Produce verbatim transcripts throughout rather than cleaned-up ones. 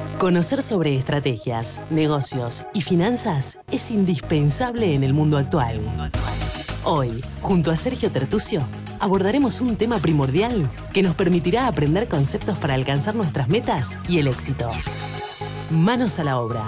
Conocer sobre estrategias, negocios y finanzas es indispensable en el mundo actual. Hoy, junto a Sergio Tertucio, abordaremos un tema primordial que nos permitirá aprender conceptos para alcanzar nuestras metas y el éxito. Manos a la obra.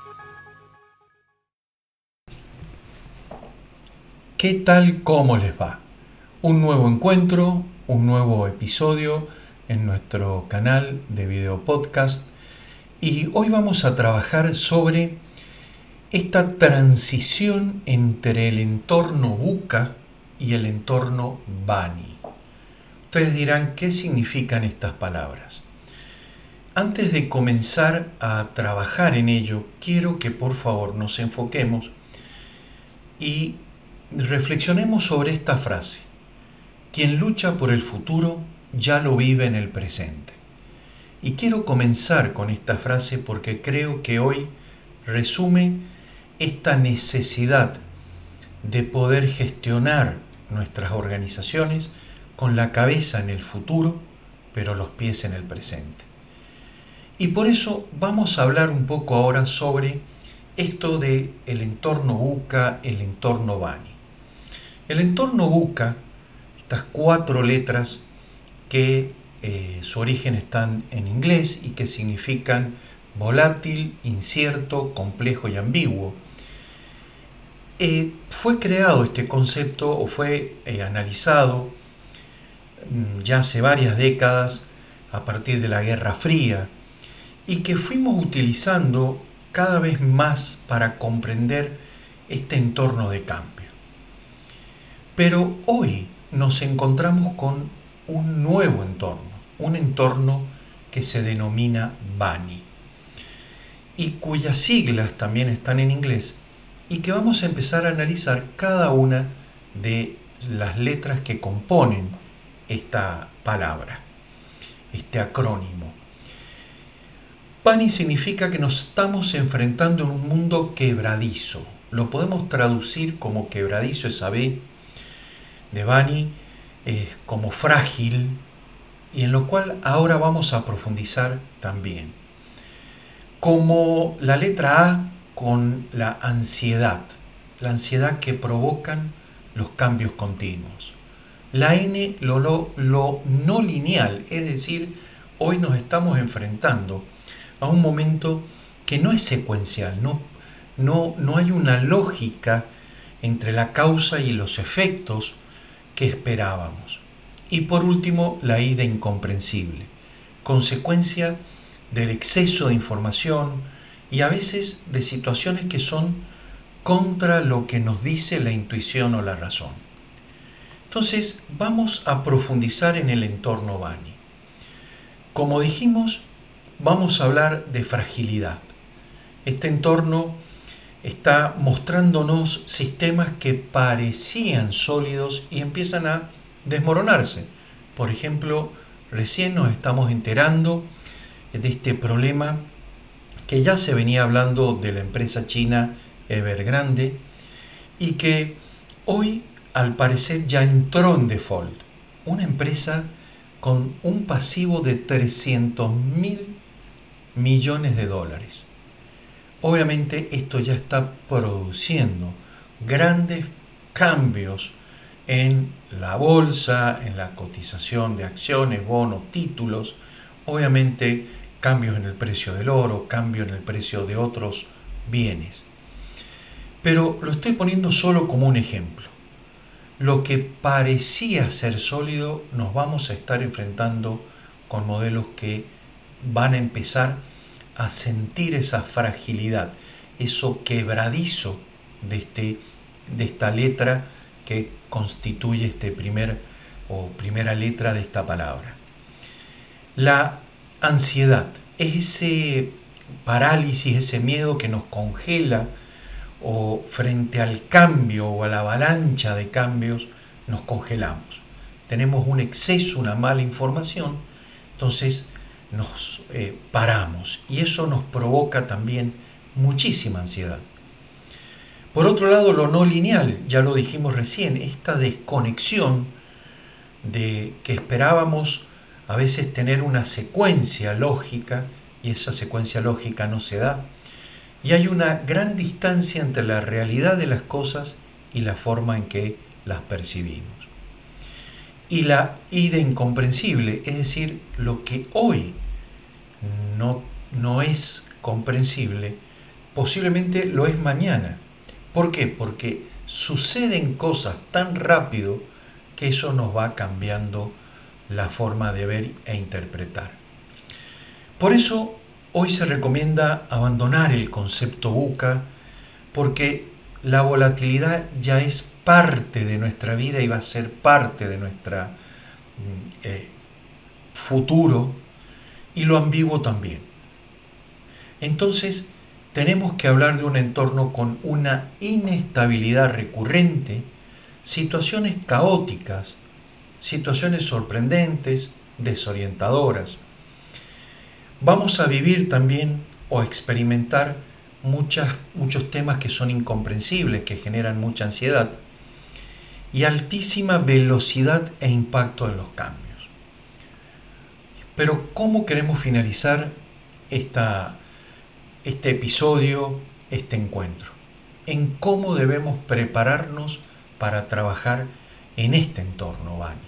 ¿Qué tal? ¿Cómo les va? Un nuevo encuentro, un nuevo episodio en nuestro canal de video podcast, y hoy vamos a trabajar sobre esta transición entre el entorno VUCA y el entorno BANI. Ustedes dirán, ¿qué significan estas palabras? Antes de comenzar a trabajar en ello, quiero que por favor nos enfoquemos y reflexionemos sobre esta frase: quien lucha por el futuro ya lo vive en el presente. Y quiero comenzar con esta frase porque creo que hoy resume esta necesidad de poder gestionar nuestras organizaciones con la cabeza en el futuro, pero los pies en el presente. Y por eso vamos a hablar un poco ahora sobre esto de el entorno VUCA, el entorno BANI. El entorno VUCA, estas cuatro letras que eh, su origen están en inglés y que significan volátil, incierto, complejo y ambiguo. Eh, fue creado este concepto o fue eh, analizado mm, ya hace varias décadas a partir de la Guerra Fría y que fuimos utilizando cada vez más para comprender este entorno de cambio. Pero hoy nos encontramos con un nuevo entorno, un entorno que se denomina BANI y cuyas siglas también están en inglés, y que vamos a empezar a analizar cada una de las letras que componen esta palabra, este acrónimo. BANI significa que nos estamos enfrentando en un mundo quebradizo. Lo podemos traducir como quebradizo, esa B de BANI, eh, como frágil, y en lo cual ahora vamos a profundizar también. Como la letra A con la ansiedad, la ansiedad que provocan los cambios continuos. La N, lo, lo, lo no lineal, es decir, hoy nos estamos enfrentando a un momento que no es secuencial, no, no, no hay una lógica entre la causa y los efectos que esperábamos. Y por último, la I de incomprensible, consecuencia del exceso de información y a veces de situaciones que son contra lo que nos dice la intuición o la razón. Entonces, vamos a profundizar en el entorno BANI. Como dijimos, vamos a hablar de fragilidad. Este entorno está mostrándonos sistemas que parecían sólidos y empiezan a desmoronarse. Por ejemplo, recién nos estamos enterando de este problema que ya se venía hablando de la empresa china Evergrande y que hoy al parecer ya entró en default. Una empresa con un pasivo de trescientos mil millones de dólares. Obviamente esto ya está produciendo grandes cambios en la bolsa, en la cotización de acciones, bonos, títulos, obviamente cambios en el precio del oro, cambio en el precio de otros bienes. Pero lo estoy poniendo solo como un ejemplo. Lo que parecía ser sólido, nos vamos a estar enfrentando con modelos que van a empezar a sentir esa fragilidad, eso quebradizo de, este, de esta letra que constituye este primer o primera letra de esta palabra. La ansiedad es ese parálisis, ese miedo que nos congela o frente al cambio o a la avalancha de cambios nos congelamos. Tenemos un exceso, una mala información, entonces nos eh, paramos y eso nos provoca también muchísima ansiedad. Por otro lado, lo no lineal, ya lo dijimos recién, esta desconexión de que esperábamos a veces tener una secuencia lógica y esa secuencia lógica no se da. Y hay una gran distancia entre la realidad de las cosas y la forma en que las percibimos. Y la ida incomprensible, es decir, lo que hoy no, no es comprensible, posiblemente lo es mañana. ¿Por qué? Porque suceden cosas tan rápido que eso nos va cambiando la forma de ver e interpretar. Por eso hoy se recomienda abandonar el concepto VUCA, porque la volatilidad ya es parte de nuestra vida y va a ser parte de nuestro eh, futuro, y lo ambiguo también. Entonces, tenemos que hablar de un entorno con una inestabilidad recurrente, situaciones caóticas, situaciones sorprendentes, desorientadoras. Vamos a vivir también o experimentar muchas, muchos temas que son incomprensibles, que generan mucha ansiedad y altísima velocidad e impacto en los cambios. Pero ¿cómo queremos finalizar esta, este episodio, este encuentro? En cómo debemos prepararnos para trabajar en este entorno, Bani.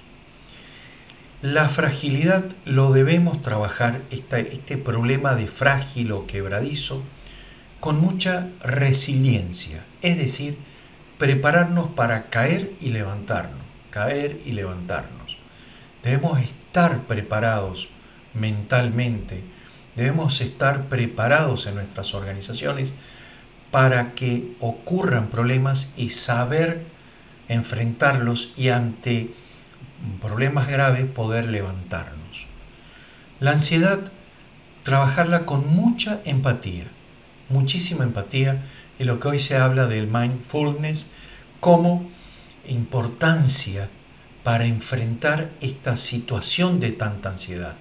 La fragilidad lo debemos trabajar, este, este problema de frágil o quebradizo, con mucha resiliencia, es decir, prepararnos para caer y levantarnos, caer y levantarnos. Debemos estar preparados mentalmente, debemos estar preparados en nuestras organizaciones para que ocurran problemas y saber enfrentarlos y ante problemas graves poder levantarnos. La ansiedad, trabajarla con mucha empatía, muchísima empatía, y lo que hoy se habla del mindfulness como importancia para enfrentar esta situación de tanta ansiedad.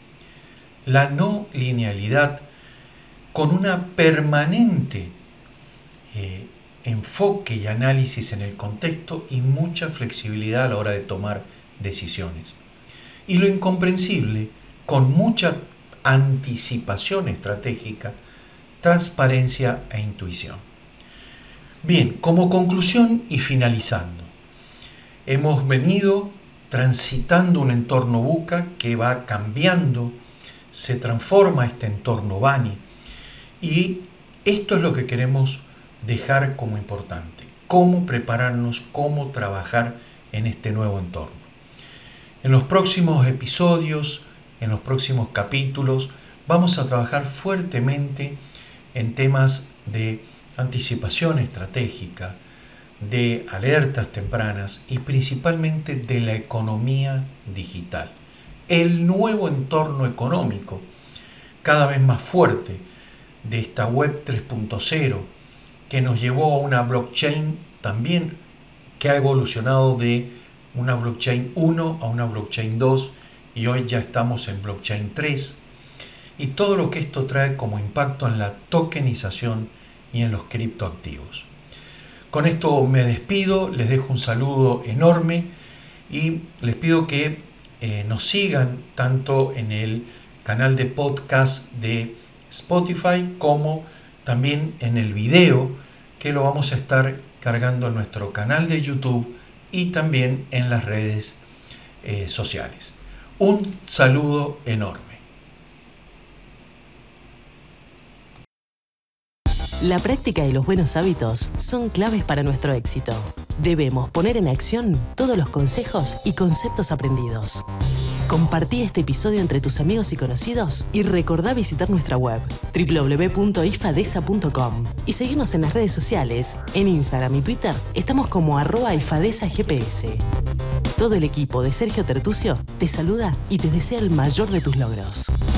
La no linealidad con una permanente eh, enfoque y análisis en el contexto y mucha flexibilidad a la hora de tomar decisiones. Y lo incomprensible con mucha anticipación estratégica, transparencia e intuición. Bien, como conclusión y finalizando, hemos venido transitando un entorno VUCA que va cambiando, se transforma este entorno Bani, y esto es lo que queremos dejar como importante, cómo prepararnos, cómo trabajar en este nuevo entorno. En los próximos episodios, en los próximos capítulos, vamos a trabajar fuertemente en temas de anticipación estratégica, de alertas tempranas y principalmente de la economía digital. El nuevo entorno económico, cada vez más fuerte, de esta web tres punto cero, que nos llevó a una blockchain también que ha evolucionado de una blockchain uno a una blockchain dos, y hoy ya estamos en blockchain tres, y todo lo que esto trae como impacto en la tokenización y en los criptoactivos. Con esto me despido, les dejo un saludo enorme y les pido que eh, nos sigan tanto en el canal de podcast de Spotify como también en el video que lo vamos a estar cargando en nuestro canal de YouTube y también en las redes eh, sociales. Un saludo enorme. La práctica y los buenos hábitos son claves para nuestro éxito. Debemos poner en acción todos los consejos y conceptos aprendidos. Compartí este episodio entre tus amigos y conocidos y recordá visitar nuestra web doble u doble u doble u punto ifadesa punto com y seguirnos en las redes sociales. En Instagram y Twitter estamos como arroba ifadesagps. Todo el equipo de Sergio Tertucio te saluda y te desea el mayor de tus logros.